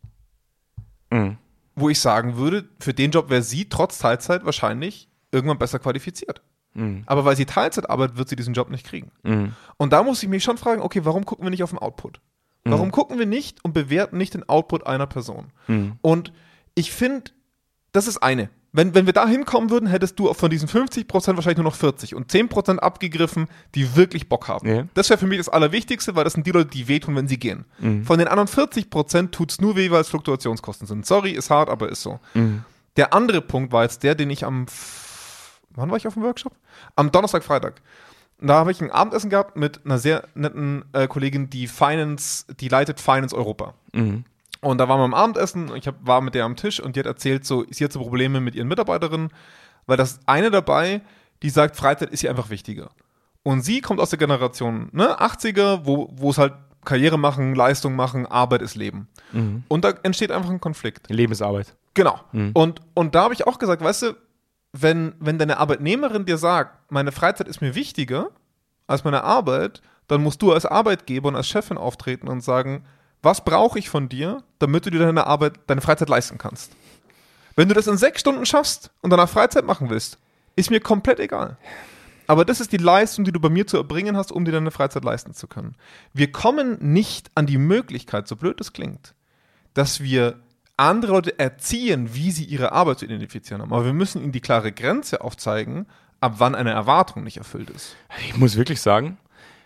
wo ich sagen würde, für den Job wäre sie trotz Teilzeit wahrscheinlich irgendwann besser qualifiziert. Aber weil sie Teilzeit arbeitet, wird sie diesen Job nicht kriegen. Und da muss ich mich schon fragen, okay, warum gucken wir nicht auf den Output? Warum gucken wir nicht und bewerten nicht den Output einer Person? Und ich finde, das ist eine. Wenn wir da hinkommen würden, hättest du von diesen 50% wahrscheinlich nur noch 40 und 10% abgegriffen, die wirklich Bock haben. Ja. Das wäre für mich das Allerwichtigste, weil das sind die Leute, die wehtun, wenn sie gehen. Von den anderen 40% tut es nur weh, weil es Fluktuationskosten sind. Sorry, ist hart, aber ist so. Der andere Punkt war jetzt der, den ich wann war ich auf dem Workshop? Am Donnerstag, Freitag. Da habe ich ein Abendessen gehabt mit einer sehr netten Kollegin, die leitet Finance Europa. Und da waren wir am Abendessen, ich war mit der am Tisch und die hat erzählt, sie hat so Probleme mit ihren Mitarbeiterinnen, weil das eine dabei, die sagt, Freizeit ist ihr einfach wichtiger. Und sie kommt aus der Generation, 80er, wo es halt Karriere machen, Leistung machen, Arbeit ist Leben. Und da entsteht einfach ein Konflikt. Lebensarbeit. Genau. Und da habe ich auch gesagt, weißt du, wenn deine Arbeitnehmerin dir sagt, meine Freizeit ist mir wichtiger als meine Arbeit, dann musst du als Arbeitgeber und als Chefin auftreten und sagen, was brauche ich von dir, damit du dir deine Freizeit leisten kannst? Wenn du das in 6 Stunden schaffst und danach Freizeit machen willst, ist mir komplett egal. aber das ist die Leistung, die du bei mir zu erbringen hast, um dir deine Freizeit leisten zu können. Wir kommen nicht an die Möglichkeit, so blöd es klingt, dass wir andere Leute erziehen, wie sie ihre Arbeit zu identifizieren haben. Aber wir müssen ihnen die klare Grenze aufzeigen, ab wann eine Erwartung nicht erfüllt ist. Ich muss wirklich sagen,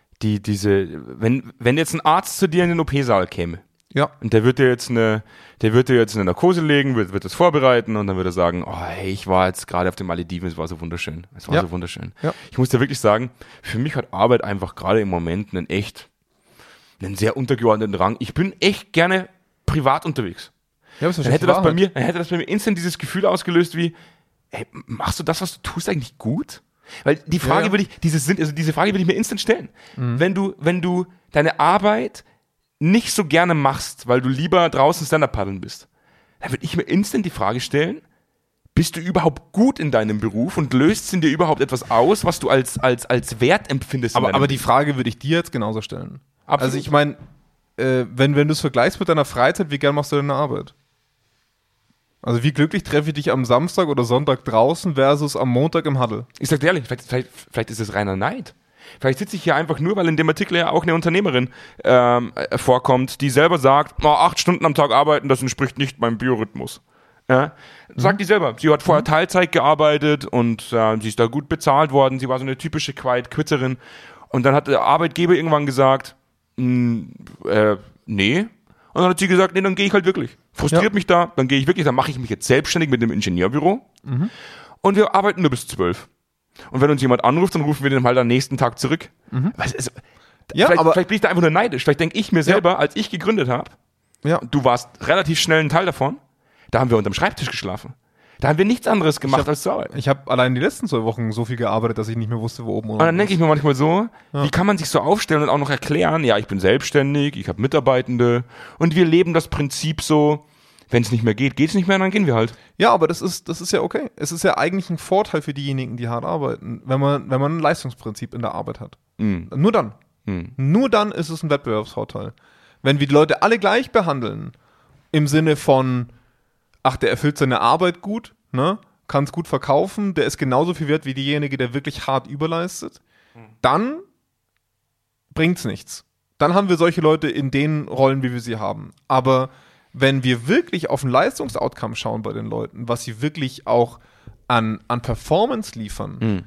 wenn jetzt ein Arzt zu dir in den OP-Saal käme, Ja. und der wird dir jetzt eine Narkose legen, wird das vorbereiten und dann wird er sagen, oh hey, ich war jetzt gerade auf den Malediven, es war so wunderschön. So wunderschön. Ja. Ich muss dir wirklich sagen, für mich hat Arbeit einfach gerade im Moment einen sehr untergeordneten Rang. Ich bin echt gerne privat unterwegs. Ja, das ist Dann hätte das bei mir instant dieses Gefühl ausgelöst wie, hey, machst du das, was du tust, eigentlich gut? Weil die Frage diese Frage würde ich mir instant stellen. Wenn du deine Arbeit nicht so gerne machst, weil du lieber draußen Stand-Up paddeln bist, dann würde ich mir instant die Frage stellen, bist du überhaupt gut in deinem Beruf und löst es in dir überhaupt etwas aus, was du als Wert empfindest? Aber die Frage würde ich dir jetzt genauso stellen. Absolut. Also ich meine, wenn du es vergleichst mit deiner Freizeit, wie gern machst du deine Arbeit? Also wie glücklich treffe ich dich am Samstag oder Sonntag draußen versus am Montag im Huddle? Ich sag dir ehrlich, vielleicht ist es reiner Neid. Vielleicht sitze ich hier einfach nur, weil in dem Artikel ja auch eine Unternehmerin vorkommt, die selber sagt, 8 Stunden am Tag arbeiten, das entspricht nicht meinem Biorhythmus. Ja? Sagt die selber. Sie hat vorher Teilzeit gearbeitet und sie ist da gut bezahlt worden. Sie war so eine typische Quiet-Quitterin. Und dann hat der Arbeitgeber irgendwann gesagt, nee. Und dann hat sie gesagt, nee, dann gehe ich halt wirklich. Frustriert mich da, dann gehe ich wirklich, dann mache ich mich jetzt selbstständig mit dem Ingenieurbüro und wir arbeiten nur bis 12. Und wenn uns jemand anruft, dann rufen wir den halt am nächsten Tag zurück. Vielleicht bin ich da einfach nur neidisch. Vielleicht denke ich mir selber, als ich gegründet habe, du warst relativ schnell ein Teil davon, da haben wir unterm Schreibtisch geschlafen. Da haben wir nichts anderes gemacht, als zu arbeiten. Ich habe allein die letzten 2 Wochen so viel gearbeitet, dass ich nicht mehr wusste, wo oben und Und dann denke ich mir manchmal so, wie kann man sich so aufstellen und auch noch erklären, ja, ich bin selbstständig, ich habe Mitarbeitende und wir leben das Prinzip so, wenn es nicht mehr geht, geht es nicht mehr, dann gehen wir halt. Ja, aber das ist ja okay. Es ist ja eigentlich ein Vorteil für diejenigen, die hart arbeiten, wenn man ein Leistungsprinzip in der Arbeit hat. Nur dann. Nur dann ist es ein Wettbewerbsvorteil. Wenn wir die Leute alle gleich behandeln, im Sinne von, ach, der erfüllt seine Arbeit gut, ne? Kann es gut verkaufen, der ist genauso viel wert wie derjenige, der wirklich hart überleistet, dann bringt's nichts. Dann haben wir solche Leute in den Rollen, wie wir sie haben. Aber wenn wir wirklich auf ein Leistungsoutcome schauen bei den Leuten, was sie wirklich auch an Performance liefern,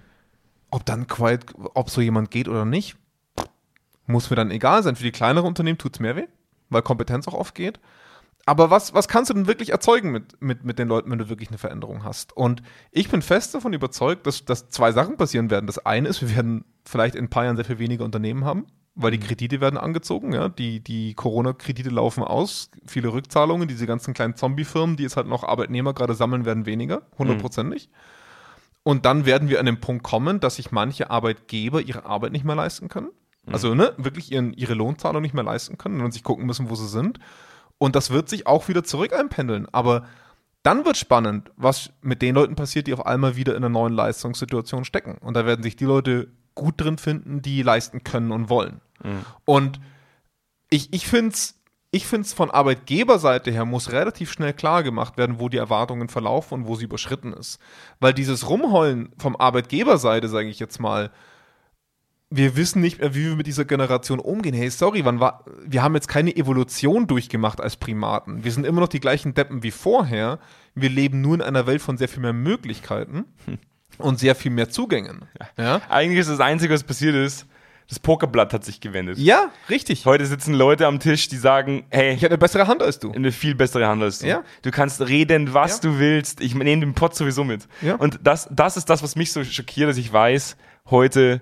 ob so jemand geht oder nicht, muss mir dann egal sein. Für die kleineren Unternehmen tut's mehr weh, weil Kompetenz auch oft geht. Aber was kannst du denn wirklich erzeugen mit den Leuten, wenn du wirklich eine Veränderung hast? Und ich bin fest davon überzeugt, dass 2 Sachen passieren werden. Das eine ist, wir werden vielleicht in ein paar Jahren sehr viel weniger Unternehmen haben, weil die Kredite werden angezogen. Ja? Die Corona-Kredite laufen aus, viele Rückzahlungen, diese ganzen kleinen Zombie-Firmen, die jetzt halt noch Arbeitnehmer gerade sammeln, werden weniger, 100%. Und dann werden wir an den Punkt kommen, dass sich manche Arbeitgeber ihre Arbeit nicht mehr leisten können. Also wirklich ihre Lohnzahlung nicht mehr leisten können und sich gucken müssen, wo sie sind. Und das wird sich auch wieder zurück einpendeln. Aber dann wird spannend, was mit den Leuten passiert, die auf einmal wieder in einer neuen Leistungssituation stecken. Und da werden sich die Leute gut drin finden, die leisten können und wollen. Und ich finde es von Arbeitgeberseite her muss relativ schnell klar gemacht werden, wo die Erwartungen verlaufen und wo sie überschritten ist. Weil dieses Rumheulen vom Arbeitgeberseite, sage ich jetzt mal, wir wissen nicht mehr, wie wir mit dieser Generation umgehen. Hey, sorry, wir haben jetzt keine Evolution durchgemacht als Primaten. Wir sind immer noch die gleichen Deppen wie vorher. Wir leben nur in einer Welt von sehr viel mehr Möglichkeiten und sehr viel mehr Zugängen. Ja? Eigentlich ist das Einzige, was passiert ist, das Pokerblatt hat sich gewendet. Ja, richtig. Heute sitzen Leute am Tisch, die sagen, hey, ich habe eine bessere Hand als du. Eine viel bessere Hand als du. Ja. Du kannst reden, was du willst. Ich nehme den Pott sowieso mit. Ja. Und das ist das, was mich so schockiert, dass ich weiß, heute,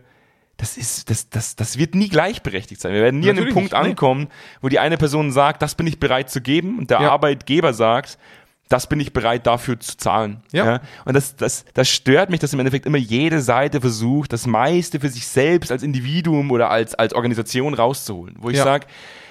das wird nie gleichberechtigt sein. Wir werden nie an den Punkt ankommen, wo die eine Person sagt, das bin ich bereit zu geben und der Arbeitgeber sagt, das bin ich bereit dafür zu zahlen. Ja. Und das stört mich, dass im Endeffekt immer jede Seite versucht, das meiste für sich selbst als Individuum oder als Organisation rauszuholen. Wo ich sage,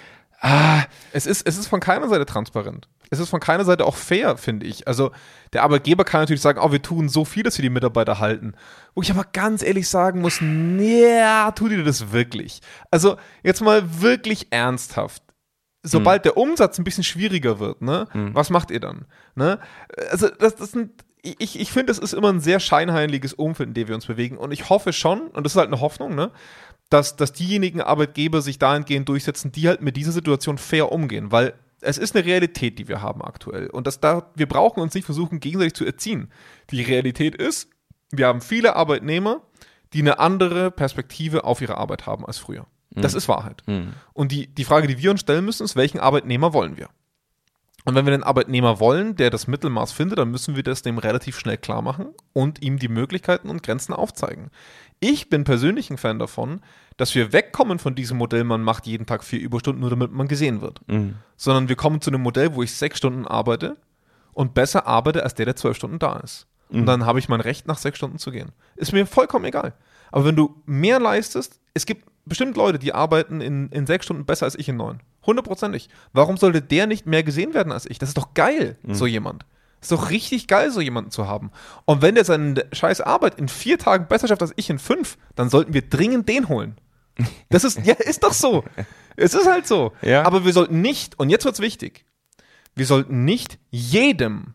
es ist von keiner Seite transparent. Es ist von keiner Seite auch fair, finde ich. Also der Arbeitgeber kann natürlich sagen, wir tun so viel, dass wir die Mitarbeiter halten. Wo ich aber ganz ehrlich sagen muss, tut ihr das wirklich? Also jetzt mal wirklich ernsthaft. Sobald der Umsatz ein bisschen schwieriger wird, ne, was macht ihr dann? Ne? Also ich finde, es ist immer ein sehr scheinheiliges Umfeld, in dem wir uns bewegen. Und ich hoffe schon, und das ist halt eine Hoffnung, ne, dass diejenigen Arbeitgeber sich dahingehend durchsetzen, die halt mit dieser Situation fair umgehen. Weil es ist eine Realität, die wir haben aktuell. Und wir brauchen uns nicht versuchen, gegenseitig zu erziehen. Die Realität ist, wir haben viele Arbeitnehmer, die eine andere Perspektive auf ihre Arbeit haben als früher. Das ist Wahrheit. Und die Frage, die wir uns stellen müssen, ist, welchen Arbeitnehmer wollen wir? Und wenn wir einen Arbeitnehmer wollen, der das Mittelmaß findet, dann müssen wir das dem relativ schnell klar machen und ihm die Möglichkeiten und Grenzen aufzeigen. Ich bin persönlich ein Fan davon, dass wir wegkommen von diesem Modell, man macht jeden Tag 4 Überstunden, nur damit man gesehen wird. Sondern wir kommen zu einem Modell, wo ich 6 Stunden arbeite und besser arbeite als der 12 Stunden da ist. Und dann habe ich mein Recht, nach 6 Stunden zu gehen. Ist mir vollkommen egal. Aber wenn du mehr leistest, es gibt bestimmt Leute, die arbeiten in 6 Stunden besser als ich in 9. 100%. Warum sollte der nicht mehr gesehen werden als ich? Das ist doch geil, so jemand. Das ist doch richtig geil, so jemanden zu haben. Und wenn der seine scheiß Arbeit in 4 Tagen besser schafft als ich in 5, dann sollten wir dringend den holen. Das ist, ja, ist doch so. Es ist halt so. Ja. Aber wir sollten nicht, und jetzt wird's wichtig, wir sollten nicht jedem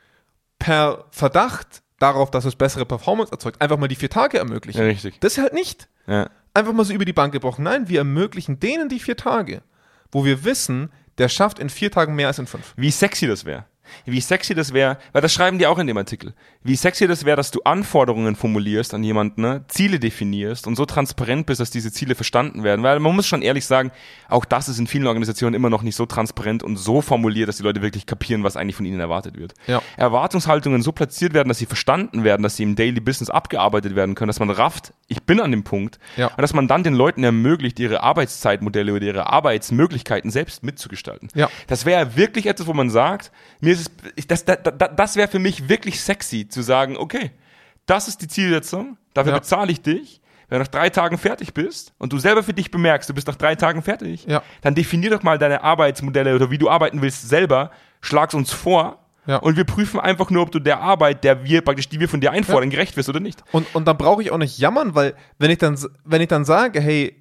per Verdacht darauf, dass es bessere Performance erzeugt, einfach mal die 4 Tage ermöglichen. Ja, richtig. Das ist halt nicht. Ja. Einfach mal so über die Bank gebrochen. Nein, wir ermöglichen denen die 4 Tage, wo wir wissen, der schafft in 4 Tagen mehr als in 5. Wie sexy das wäre. Wie sexy das wäre, weil das schreiben die auch in dem Artikel, wie sexy das wäre, dass du Anforderungen formulierst an jemanden, ne? Ziele definierst und so transparent bist, dass diese Ziele verstanden werden, weil man muss schon ehrlich sagen, auch das ist in vielen Organisationen immer noch nicht so transparent und so formuliert, dass die Leute wirklich kapieren, was eigentlich von ihnen erwartet wird. Ja. Erwartungshaltungen so platziert werden, dass sie verstanden werden, dass sie im Daily Business abgearbeitet werden können, dass man rafft, ich bin an dem Punkt, Ja. und dass man dann den Leuten ermöglicht, ihre Arbeitszeitmodelle oder ihre Arbeitsmöglichkeiten selbst mitzugestalten. Ja. Das wäre wirklich etwas, wo man sagt, mir ist es, das wäre für mich wirklich sexy, zu sagen, okay, das ist die Zielsetzung, dafür Ja. bezahle ich dich. Wenn du nach 3 Tagen fertig bist und du selber für dich bemerkst, du bist nach 3 Tagen fertig, Ja. dann definier doch mal deine Arbeitsmodelle oder wie du arbeiten willst selber, schlag's uns vor, Ja. und wir prüfen einfach nur, ob du der Arbeit, die wir von dir einfordern, gerecht wirst oder nicht. Und dann brauche ich auch nicht jammern, weil wenn ich dann sage, hey,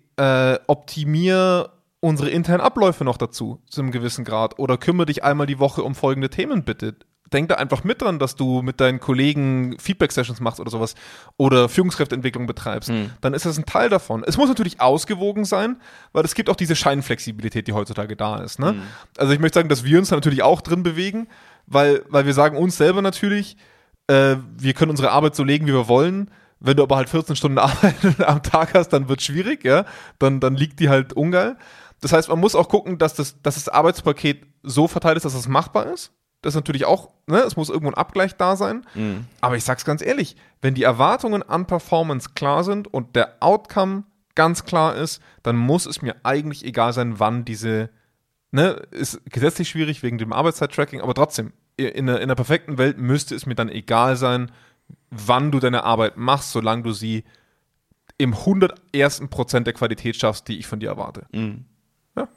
optimier unsere internen Abläufe noch dazu, zu einem gewissen Grad, oder kümmere dich einmal die Woche um folgende Themen, bitte. Denk da einfach mit dran, dass du mit deinen Kollegen Feedback-Sessions machst oder sowas oder Führungskräfteentwicklung betreibst. Dann ist das ein Teil davon. Es muss natürlich ausgewogen sein, weil es gibt auch diese Scheinflexibilität, die heutzutage da ist. Ne? Also ich möchte sagen, dass wir uns da natürlich auch drin bewegen, weil wir sagen uns selber natürlich, wir können unsere Arbeit so legen, wie wir wollen. Wenn du aber halt 14 Stunden Arbeit am Tag hast, dann wird es schwierig, ja. Dann liegt die halt ungeil. Das heißt, man muss auch gucken, dass das Arbeitspaket so verteilt ist, dass es machbar ist. Das ist natürlich auch, ne, es muss irgendwo ein Abgleich da sein. Aber ich sag's ganz ehrlich, wenn die Erwartungen an Performance klar sind und der Outcome ganz klar ist, dann muss es mir eigentlich egal sein, wann diese, ne, ist gesetzlich schwierig wegen dem Arbeitszeit-Tracking, aber trotzdem, in einer perfekten Welt müsste es mir dann egal sein, wann du deine Arbeit machst, solange du sie im 101% der Qualität schaffst, die ich von dir erwarte. Ja.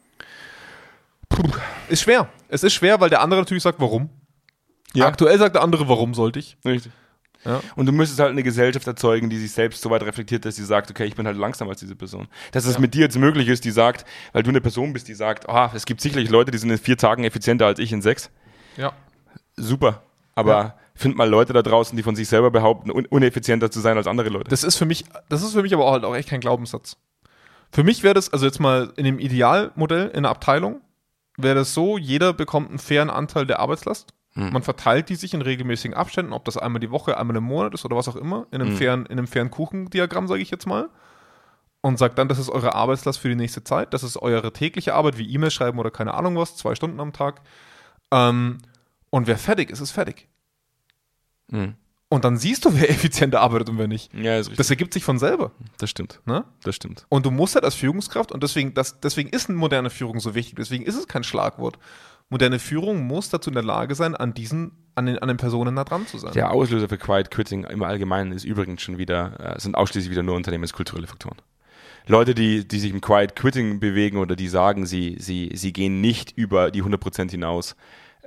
Ist schwer. Es ist schwer, weil der andere natürlich sagt, warum? Ja. Aktuell sagt der andere, warum sollte ich? Richtig. Ja. Und du müsstest halt eine Gesellschaft erzeugen, die sich selbst so weit reflektiert, dass sie sagt, okay, ich bin halt langsamer als diese Person. Dass es mit dir jetzt möglich ist, die sagt, weil du eine Person bist, die sagt, es gibt sicherlich Leute, die sind in 4 Tagen effizienter als ich in 6. Ja. Super. Aber find mal Leute da draußen, die von sich selber behaupten, uneffizienter zu sein als andere Leute. Das ist für mich aber auch halt auch echt kein Glaubenssatz. Für mich wäre das, also jetzt mal in dem Idealmodell in der Abteilung, wäre das so, jeder bekommt einen fairen Anteil der Arbeitslast. Man verteilt die sich in regelmäßigen Abständen, ob das einmal die Woche, einmal im Monat ist oder was auch immer, in einem fairen Kuchendiagramm, sage ich jetzt mal. Und sagt dann, das ist eure Arbeitslast für die nächste Zeit, das ist eure tägliche Arbeit, wie E-Mail schreiben oder keine Ahnung was, 2 Stunden am Tag. Und wer fertig ist, ist fertig. Und dann siehst du, wer effizienter arbeitet und wer nicht. Ja, ist richtig. Das ergibt sich von selber. Das stimmt. Ne? Das stimmt. Und du musst halt als Führungskraft, und deswegen ist eine moderne Führung so wichtig, deswegen ist es kein Schlagwort. Moderne Führung muss dazu in der Lage sein, an den Personen nah dran zu sein. Der Auslöser für Quiet Quitting im Allgemeinen ist übrigens sind ausschließlich wieder nur unternehmenskulturelle Faktoren. Leute, die sich im Quiet Quitting bewegen oder die sagen, sie gehen nicht über die 100% hinaus,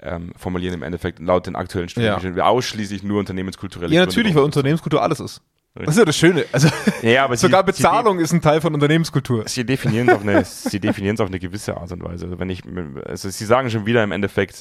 formulieren im Endeffekt laut den aktuellen Studien ausschließlich nur unternehmenskulturelle Ja, Gründe. natürlich, weil Unternehmenskultur alles ist. Das ist ja das Schöne. Also Ja, aber sogar Bezahlung ist ein Teil von Unternehmenskultur. Sie definieren es auf eine gewisse Art und Weise. Also Sie sagen schon wieder im Endeffekt,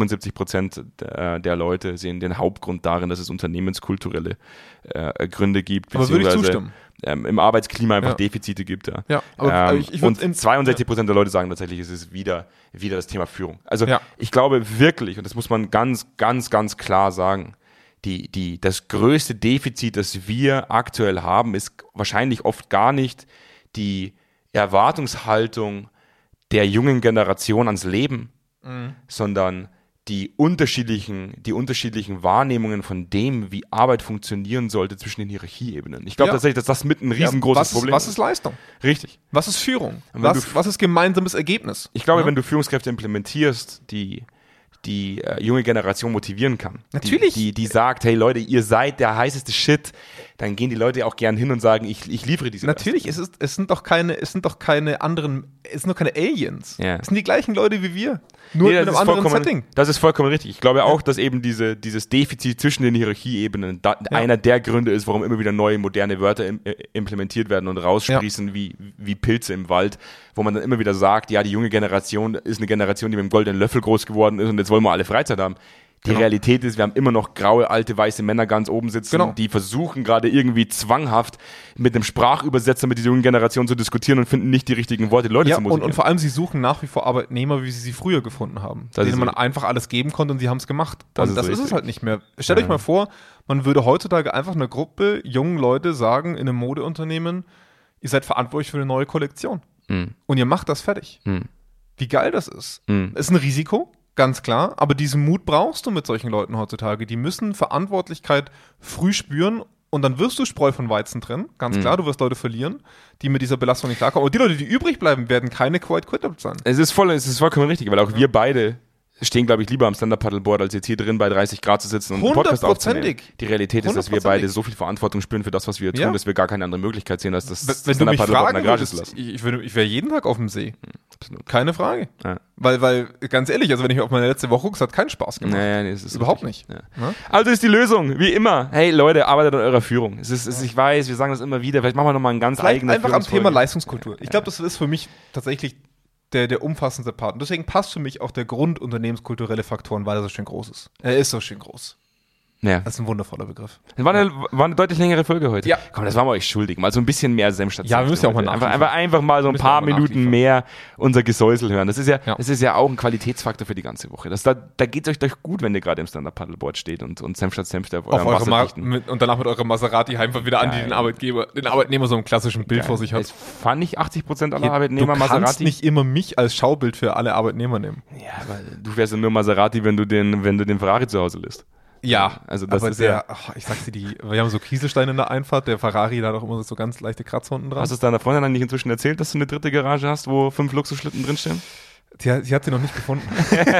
77% der Leute sehen den Hauptgrund darin, dass es unternehmenskulturelle Gründe gibt, aber würde ich zustimmen. Im Arbeitsklima einfach Defizite gibt. Ja, aber ich und 62% der Leute sagen tatsächlich, es ist wieder das Thema Führung. Also ich glaube wirklich, und das muss man ganz, ganz, ganz klar sagen, das größte Defizit, das wir aktuell haben, ist wahrscheinlich oft gar nicht die Erwartungshaltung der jungen Generation ans Leben, sondern die unterschiedlichen Wahrnehmungen von dem, wie Arbeit funktionieren sollte zwischen den Hierarchieebenen. Ich glaube tatsächlich, dass das mit ein riesengroßes Problem ist. Was ist Leistung? Richtig. Was ist Führung? Was ist gemeinsames Ergebnis? Ich glaube, wenn du Führungskräfte implementierst, die junge Generation motivieren kann. Natürlich. Die sagt, hey Leute, ihr seid der heißeste Shit, dann gehen die Leute auch gern hin und sagen, ich liefere diese Natürlich, es sind doch keine anderen, es sind doch keine Aliens. Ja. Es sind die gleichen Leute wie wir. Nur mit einem anderen Setting. Das ist vollkommen richtig. Ich glaube auch, dass eben dieses Defizit zwischen den Hierarchieebenen einer der Gründe ist, warum immer wieder neue, moderne Wörter implementiert werden und raussprießen wie Pilze im Wald, wo man dann immer wieder sagt, ja, die junge Generation ist eine Generation, die mit dem goldenen Löffel groß geworden ist und jetzt wollen wir alle Freizeit haben. Die Realität ist, wir haben immer noch graue, alte, weiße Männer ganz oben sitzen, die versuchen gerade irgendwie zwanghaft mit einem Sprachübersetzer mit dieser jungen Generation zu diskutieren und finden nicht die richtigen Worte, Leute zu motivieren. Und vor allem, sie suchen nach wie vor Arbeitnehmer, wie sie früher gefunden haben, denen man einfach alles geben konnte und sie haben es gemacht. Und das ist es halt nicht mehr. Stellt euch mal vor, man würde heutzutage einfach einer Gruppe jungen Leute sagen, in einem Modeunternehmen, ihr seid verantwortlich für eine neue Kollektion. Und ihr macht das fertig. Wie geil das ist. Ist ein Risiko. Ganz klar, aber diesen Mut brauchst du mit solchen Leuten heutzutage. Die müssen Verantwortlichkeit früh spüren und dann wirst du Spreu von Weizen trennen. Ganz klar, du wirst Leute verlieren, die mit dieser Belastung nicht klarkommen. Und die Leute, die übrig bleiben, werden keine Quiet Quitter sein. Es ist vollkommen richtig, weil auch wir beide stehen, glaube ich, lieber am Stand-Up-Paddleboard, als jetzt hier drin bei 30 Grad zu sitzen und einen Podcast aufzunehmen. Die Realität ist, dass wir beide so viel Verantwortung spüren für das, was wir tun, dass wir gar keine andere Möglichkeit sehen, als das Stand-Up-Paddleboard in der Garage zu lassen. Ich wäre jeden Tag auf dem See. Absolut. Keine Frage. Ja. Weil, ganz ehrlich, also wenn ich auf meine letzte Woche gucke, es hat keinen Spaß gemacht. Nee, das ist überhaupt nicht. Ja. Also ist die Lösung, wie immer. Hey Leute, arbeitet an eurer Führung. Ich weiß, wir sagen das immer wieder, vielleicht machen wir nochmal einen ganz eigenen einfach am Thema Leistungskultur. Ich glaube, das ist für mich tatsächlich der umfassendste Part. Und deswegen passt für mich auch der Grund unternehmenskulturelle Faktoren, weil er so schön groß ist. Er ist so schön groß. Ja. Das ist ein wundervoller Begriff. Das war eine deutlich längere Folge heute. Ja. Komm, das waren wir euch schuldig. Mal so ein bisschen mehr Senf statt Ja, wir müssen ja auch mal nachliefern. Einfach mal so ein paar Minuten mehr unser Gesäusel hören. Das ist ja auch ein Qualitätsfaktor für die ganze Woche. Da geht es euch doch gut, wenn ihr gerade im Stand-Up-Paddleboard steht und Senf statt Senf auf eurem Wasser und danach mit eurer Maserati-Heimfahrt wieder an, die den Arbeitnehmer so im klassischen Bild vor sich hat. Das fand ich 80% aller Arbeitnehmer Maserati. Du kannst nicht immer mich als Schaubild für alle Arbeitnehmer nehmen. Ja, aber du wärst ja nur Maserati, wenn du den Ferrari zu Hause lässt. Ja, also das ist ich sag's dir, wir haben so Kieselsteine in der Einfahrt, der Ferrari, da hat auch immer so ganz leichte Kratzer unten dran. Hast du es deiner Freundin eigentlich inzwischen erzählt, dass du eine dritte Garage hast, wo 5 Luxusschlitten drinstehen? Sie hat sie noch nicht gefunden.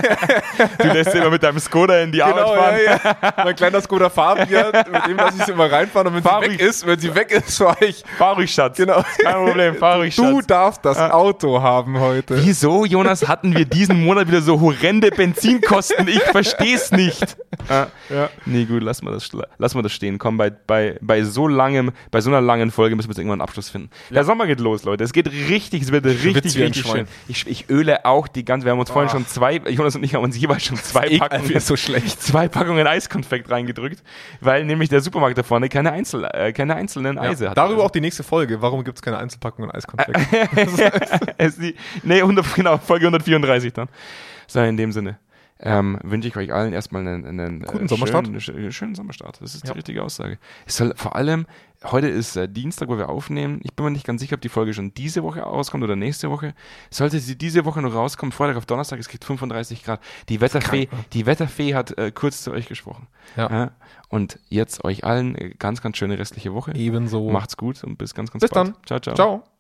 Du lässt sie immer mit deinem Skoda in die Arbeit fahren. Ja. Mein kleiner Skoda Fabian, mit dem lasse ich sie immer reinfahren und wenn sie weg ist, fahre ich. Fahr ruhig, Schatz. Genau. Kein Problem, fahr ruhig, Schatz. Du darfst das Auto haben heute. Wieso, Jonas, hatten wir diesen Monat wieder so horrende Benzinkosten? Ich versteh's nicht. Ja. Nee, gut, lass mal das stehen. Komm, bei so einer langen Folge müssen wir jetzt irgendwann einen Abschluss finden. Ja. Der Sommer geht los, Leute. Es wird richtig schön. Ich öle auch wir haben uns vorhin schon Jonas und ich haben uns jeweils schon zwei Packungen Eiskonfekt reingedrückt, weil nämlich der Supermarkt da vorne keine einzelnen Eise hat. Darüber auch die nächste Folge. Warum gibt es keine Einzelpackungen Eiskonfekt? Folge 134 dann. So, in dem Sinne. Wünsche ich euch allen erstmal einen guten Sommerstart. Schönen Sommerstart. Das ist die richtige Aussage. Es soll vor allem, heute ist Dienstag, wo wir aufnehmen. Ich bin mir nicht ganz sicher, ob die Folge schon diese Woche rauskommt oder nächste Woche. Sollte sie diese Woche noch rauskommen, Freitag auf Donnerstag, es kriegt 35 Grad. Die Wetterfee hat kurz zu euch gesprochen. Ja. Und jetzt euch allen ganz, ganz schöne restliche Woche. Ebenso. Macht's gut und bis ganz, ganz bis bald. Bis dann. Ciao.